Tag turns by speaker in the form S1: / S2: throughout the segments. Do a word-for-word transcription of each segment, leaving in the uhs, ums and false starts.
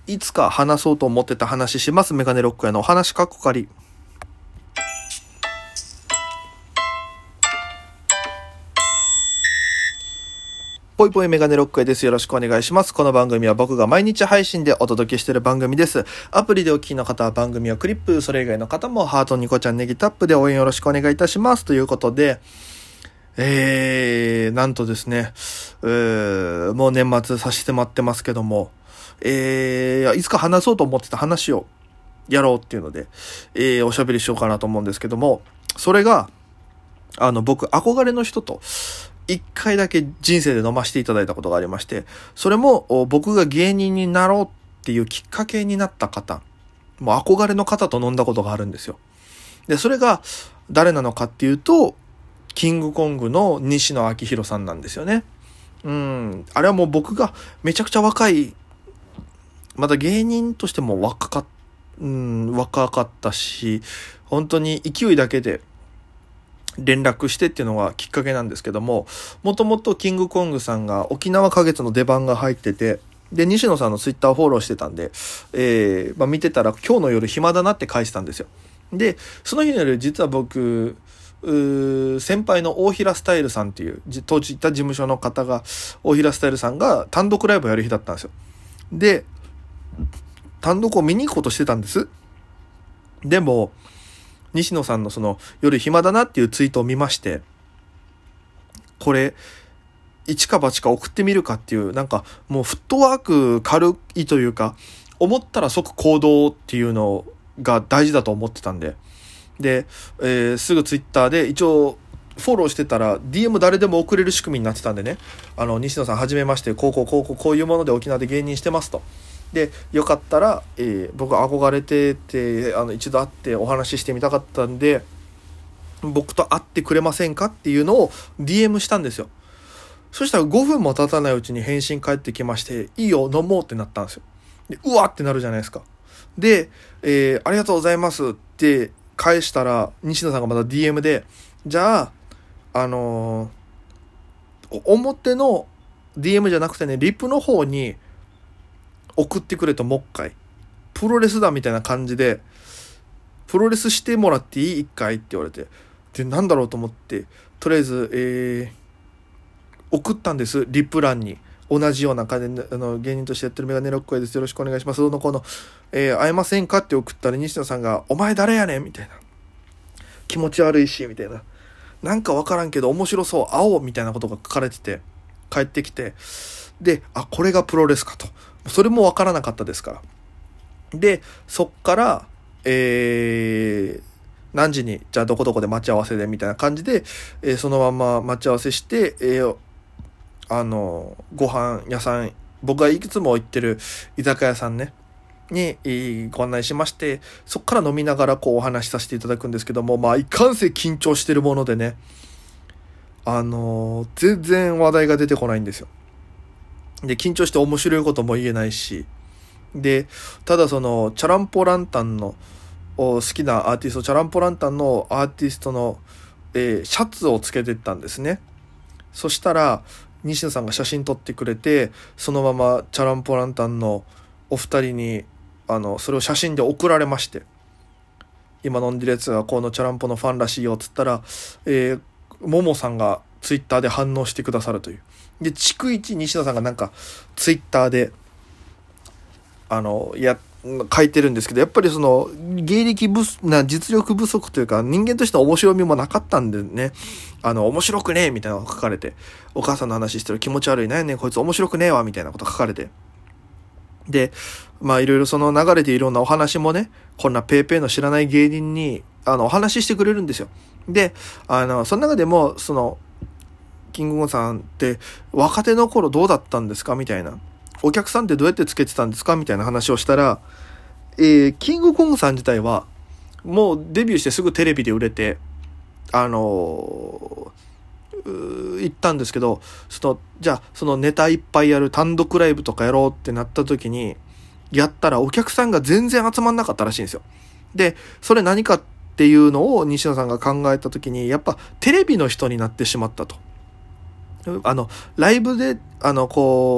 S1: いつか話そうと思ってた話します。メガネロック屋のお話かっこかり。ぽいぽいメガネロック屋です。よろしくお願いします。この番組は僕が毎日配信でお届けしている番組です。アプリでお聞きの方は番組をクリップ、それ以外の方もハート、ニコちゃん、ネギタップで応援よろしくお願いいたします。ということで、えー、なんとですね、えー、もう年末差し迫ってますけども、えー、いつか話そうと思ってた話をやろうっていうので、えー、おしゃべりしようかなと思うんですけども、それが、あの、僕、憧れの人と、一回だけ人生で飲ませていただいたことがありまして、それも僕が芸人になろうっていうきっかけになった方、もう憧れの方と飲んだことがあるんですよ。で、それが誰なのかっていうと、キングコングの西野昭弘さんなんですよね。うん、あれはもう僕がめちゃくちゃ若い、まだ芸人としても若かっ、うん、若かったし、本当に勢いだけで連絡してっていうのがきっかけなんですけども、もともとキングコングさんが沖縄花月の出番が入ってて、で、西野さんのツイッターをフォローしてたんで、えー、まあ見てたら今日の夜暇だなって返したんですよ。で、その日の夜実は僕、う先輩の大平スタイルさんっていう、当時いた事務所の方が、大平スタイルさんが単独ライブをやる日だったんですよ。で、単独を見に行こうとしてたんです。でも、西野さんのその夜暇だなっていうツイートを見まして、これ一か八か送ってみるかっていう、なんかもうフットワーク軽いというか、思ったら即行動っていうのが大事だと思ってたんで、で、えー、すぐツイッターで一応フォローしてたら ディーエム 誰でも送れる仕組みになってたんでね、あの西野さんはじめまして、こうこうこうこうこういうもので沖縄で芸人してますと。でよかったら、えー、僕憧れてて、あの一度会ってお話ししてみたかったんで、僕と会ってくれませんかっていうのを ディーエム したんですよ。そしたらごふんも経たないうちに返信返ってきまして、いいよ飲もうってなったんですよ。でうわってなるじゃないですか。で、えー、ありがとうございますって返したら、西野さんがまた ディーエム で、じゃああのー、表の ディーエム じゃなくてね、リプの方に送ってくれと、もう一回プロレスだみたいな感じで、プロレスしてもらっていい一回って言われて、でなんだろうと思って、とりあえず、えー、送ったんです。リプ欄に同じような感じで、あの芸人としてやってるメガネロックです、よろしくお願いします、どのこの、えー、会えませんかって送ったら、西野さんがお前誰やねんみたいな、気持ち悪いしみたいな、なんかわからんけど面白そう、会おうみたいなことが書かれてて、帰ってきて、であこれがプロレスかと、それもわからなかったですから。でそっからえー、何時にじゃあどこどこで待ち合わせでみたいな感じで、えー、そのまま待ち合わせして、えー、あのご飯屋さん、僕がいくつも行ってる居酒屋さんねに、えー、ご案内しまして、そっから飲みながらこうお話しさせていただくんですけども、まあいかんせん緊張してるものでね、あのー、全然話題が出てこないんですよ。で緊張して面白いことも言えないし、でただそのチャランポランタンの好きなアーティスト、チャランポランタンのアーティストの、えー、シャツをつけてったんですね。そしたら西野さんが写真撮ってくれて、そのままチャランポランタンのお二人にあのそれを写真で送られまして、今飲んでるやつがこのチャランポのファンらしいよっつったら、えー、ももさんがツイッターで反応してくださるという。で逐一西野さんがなんかツイッターであのや書いてるんですけど、やっぱりその芸歴不な実力不足というか、人間としては面白みもなかったんでね、あの面白くねえみたいなのが書かれて、お母さんの話してる気持ち悪いねんねんこいつ面白くねえわみたいなこと書かれて、でまあいろいろその流れでいろんなお話もね、こんなペーペーの知らない芸人にあのお話ししてくれるんですよ。であのその中でもそのキングコングさんって若手の頃どうだったんですかみたいな、お客さんってどうやってつけてたんですかみたいな話をしたら、えー、キングコングさん自体はもうデビューしてすぐテレビで売れて、あのー、行ったんですけど、そのじゃあそのネタいっぱいやる単独ライブとかやろうってなった時にやったらお客さんが全然集まんなかったらしいんですよ。でそれ何かっていうのを西野さんが考えた時に、やっぱテレビの人になってしまったと。あのライブであのこ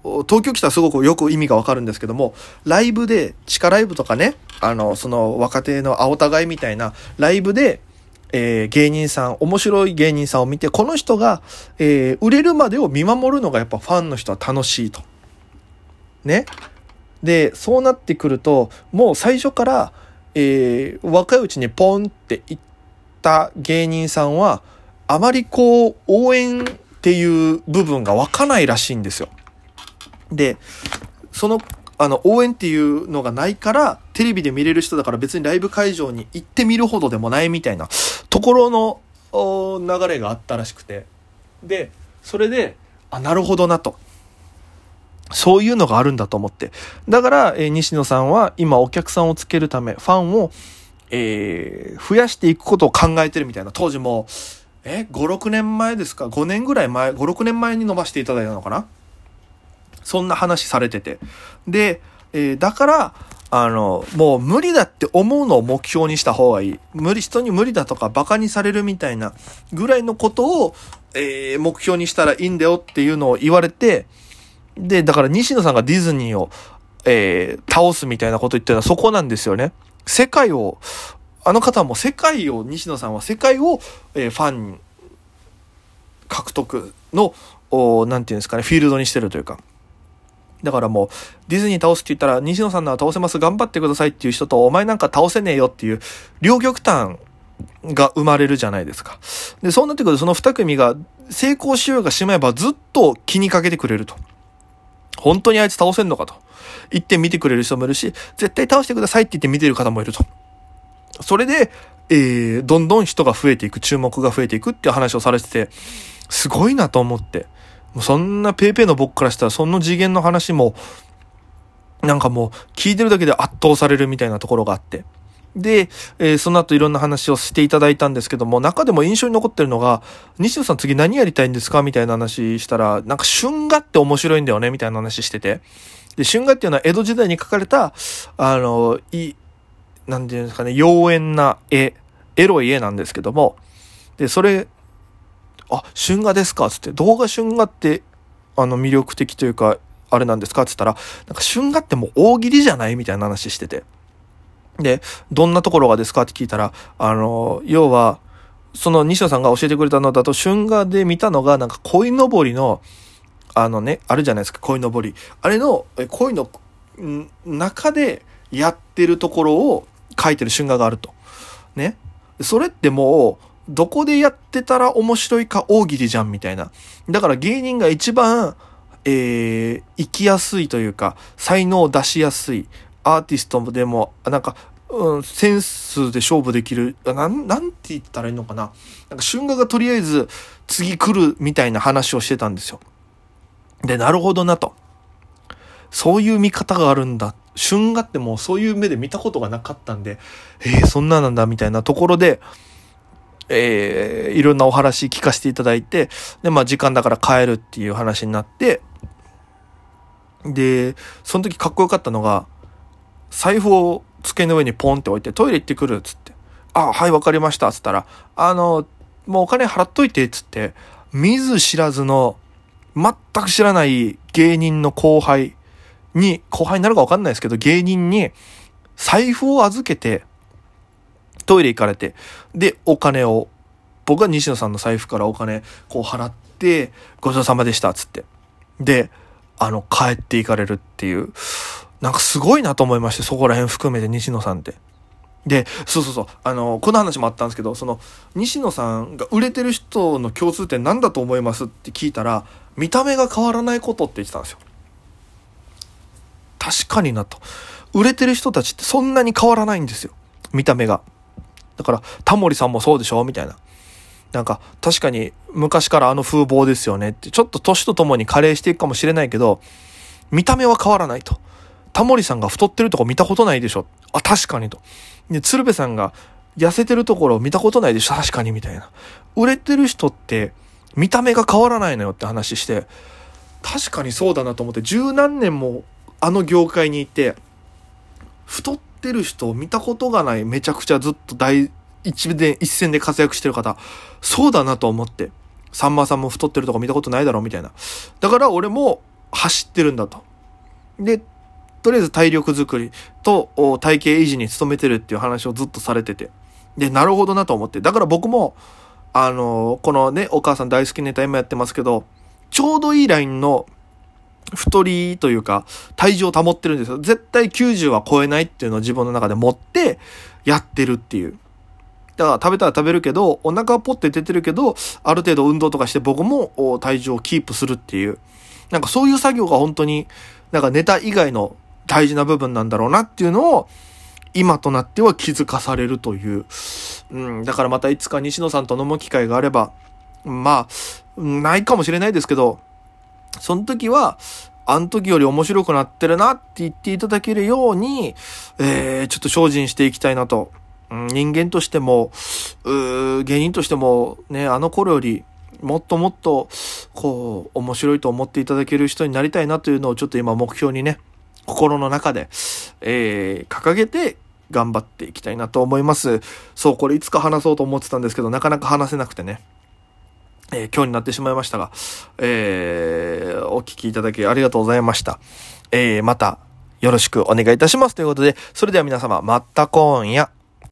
S1: 東京来たらすごくよく意味がわかるんですけども、ライブで、地下ライブとかね、あの、その若手の青互いみたいなライブで、えー、芸人さん、面白い芸人さんを見て、この人が、えー、売れるまでを見守るのがやっぱファンの人は楽しいと。ね。で、そうなってくると、もう最初から、えー、若いうちにポンっていった芸人さんは、あまりこう、応援っていう部分が湧かないらしいんですよ。で、その、あの、応援っていうのがないから、テレビで見れる人だから別にライブ会場に行ってみるほどでもないみたいなところの流れがあったらしくて。で、それで、あ、なるほどなと。そういうのがあるんだと思って。だから、えー、西野さんは今お客さんをつけるため、ファンを、えー、増やしていくことを考えてるみたいな。当時も、え、ご、ろくねんまえですか ?ご 年ぐらい前、ご、ろくねんまえに伸ばしていただいたのかな、そんな話されてて。で、えー、だから、あの、もう無理だって思うのを目標にした方がいい。無理、人に無理だとかバカにされるみたいなぐらいのことを、えー、目標にしたらいいんだよっていうのを言われて、で、だから西野さんがディズニーを、えー、倒すみたいなこと言ってるのはそこなんですよね。世界を、あの方も世界を、西野さんは世界を、えー、ファン獲得の、なんていうんですかね、フィールドにしてるというか。だからもう、ディズニー倒すって言ったら、西野さんなら倒せます、頑張ってくださいっていう人と、お前なんか倒せねえよっていう、両極端が生まれるじゃないですか。で、そうなってくると、その二組が成功しようがしまえばずっと気にかけてくれると。本当にあいつ倒せんのかと。言って見てくれる人もいるし、絶対倒してくださいって言って見てる方もいると。それで、えー、どんどん人が増えていく、注目が増えていくっていう話をされてて、すごいなと思って。もうそんなペーペーの僕からしたらその次元の話もなんかもう聞いてるだけで圧倒されるみたいなところがあって、で、えー、その後いろんな話をしていただいたんですけども、中でも印象に残ってるのが、西野さん次何やりたいんですかみたいな話したら、なんか春画って面白いんだよねみたいな話してて、で春画っていうのは江戸時代に描かれたあのいなんていうんですかね、妖艶な絵、エロい絵なんですけども、でそれあ、春画ですかつって、動画春画って、あの、魅力的というか、あれなんですかつったら、なんか春画ってもう大喜利じゃないみたいな話してて。で、どんなところがですかって聞いたら、あの、要は、その西野さんが教えてくれたのだと、春画で見たのが、なんか鯉のぼりの、あのね、あるじゃないですか、鯉のぼり。あれの、鯉の中でやってるところを描いてる春画があると。ね。それってもう、どこでやってたら面白いか大喜利じゃんみたいな。だから芸人が一番、えー、生きやすいというか、才能を出しやすい。アーティストでも、なんか、うん、センスで勝負できる。なん、なんて言ったらいいのかな。なんか春画がとりあえず次来るみたいな話をしてたんですよ。で、なるほどなと。そういう見方があるんだ。春画ってもうそういう目で見たことがなかったんで、えー、そんななんだみたいなところで、えー、いろんなお話聞かせていただいて、で、まあ時間だから帰るっていう話になって、で、その時かっこよかったのが、財布を机の上にポンって置いて、トイレ行ってくるっつって、あ、はい、わかりましたっつったら、あの、もうお金払っといてっつって、見ず知らずの、全く知らない芸人の後輩に、後輩になるかわかんないですけど、芸人に財布を預けて、トイレ行かれて、で、お金を、僕は西野さんの財布からお金、こう払って、ごちそうさまでした、つって。で、あの、帰って行かれるっていう、なんかすごいなと思いまして、そこら辺含めて西野さんって。で、そうそうそう、あの、この話もあったんですけど、その、西野さんが売れてる人の共通点なんだと思いますって聞いたら、見た目が変わらないことって言ってたんですよ。確かになと。売れてる人たちってそんなに変わらないんですよ。見た目が。だから、タモリさんもそうでしょみたいな。なんか、確かに昔からあの風貌ですよねって、ちょっと年とともに加齢していくかもしれないけど、見た目は変わらないと。タモリさんが太ってるとこ見たことないでしょ。あ、確かにと。で、鶴瓶さんが痩せてるところを見たことないでしょ。確かにみたいな。売れてる人って見た目が変わらないのよって話して、確かにそうだなと思って、十何年もあの業界にいて、太ってる人を見たことがない、めちゃくちゃずっと第一で一線で活躍してる方、そうだなと思って、さんまさんも太ってるとこ見たことないだろうみたいな。だから俺も走ってるんだと。で、とりあえず体力作りと体型維持に努めてるっていう話をずっとされてて。で、なるほどなと思って。だから僕も、あの、このね、お母さん大好きネタ今やってますけど、ちょうどいいラインの太りというか、体重を保ってるんですよ。絶対きゅうじゅうは超えないっていうのを自分の中で持ってやってるっていう。だから食べたら食べるけど、お腹はポッて出てるけど、ある程度運動とかして僕も体重をキープするっていう。なんかそういう作業が本当に、なんかネタ以外の大事な部分なんだろうなっていうのを、今となっては気づかされるという。うん、だからまたいつか西野さんと飲む機会があれば、まあ、ないかもしれないですけど、その時は、あの時より面白くなってるなって言っていただけるように、えー、ちょっと精進していきたいなと。うん、人間としても、うー、芸人としても、ね、あの頃より、もっともっと、こう、面白いと思っていただける人になりたいなというのをちょっと今目標にね、心の中で、えー、掲げて頑張っていきたいなと思います。そう、これいつか話そうと思ってたんですけど、なかなか話せなくてね。えー、今日になってしまいましたが、えー、お聞きいただきありがとうございました。えー、またよろしくお願いいたしますということで、それでは皆様、また今夜。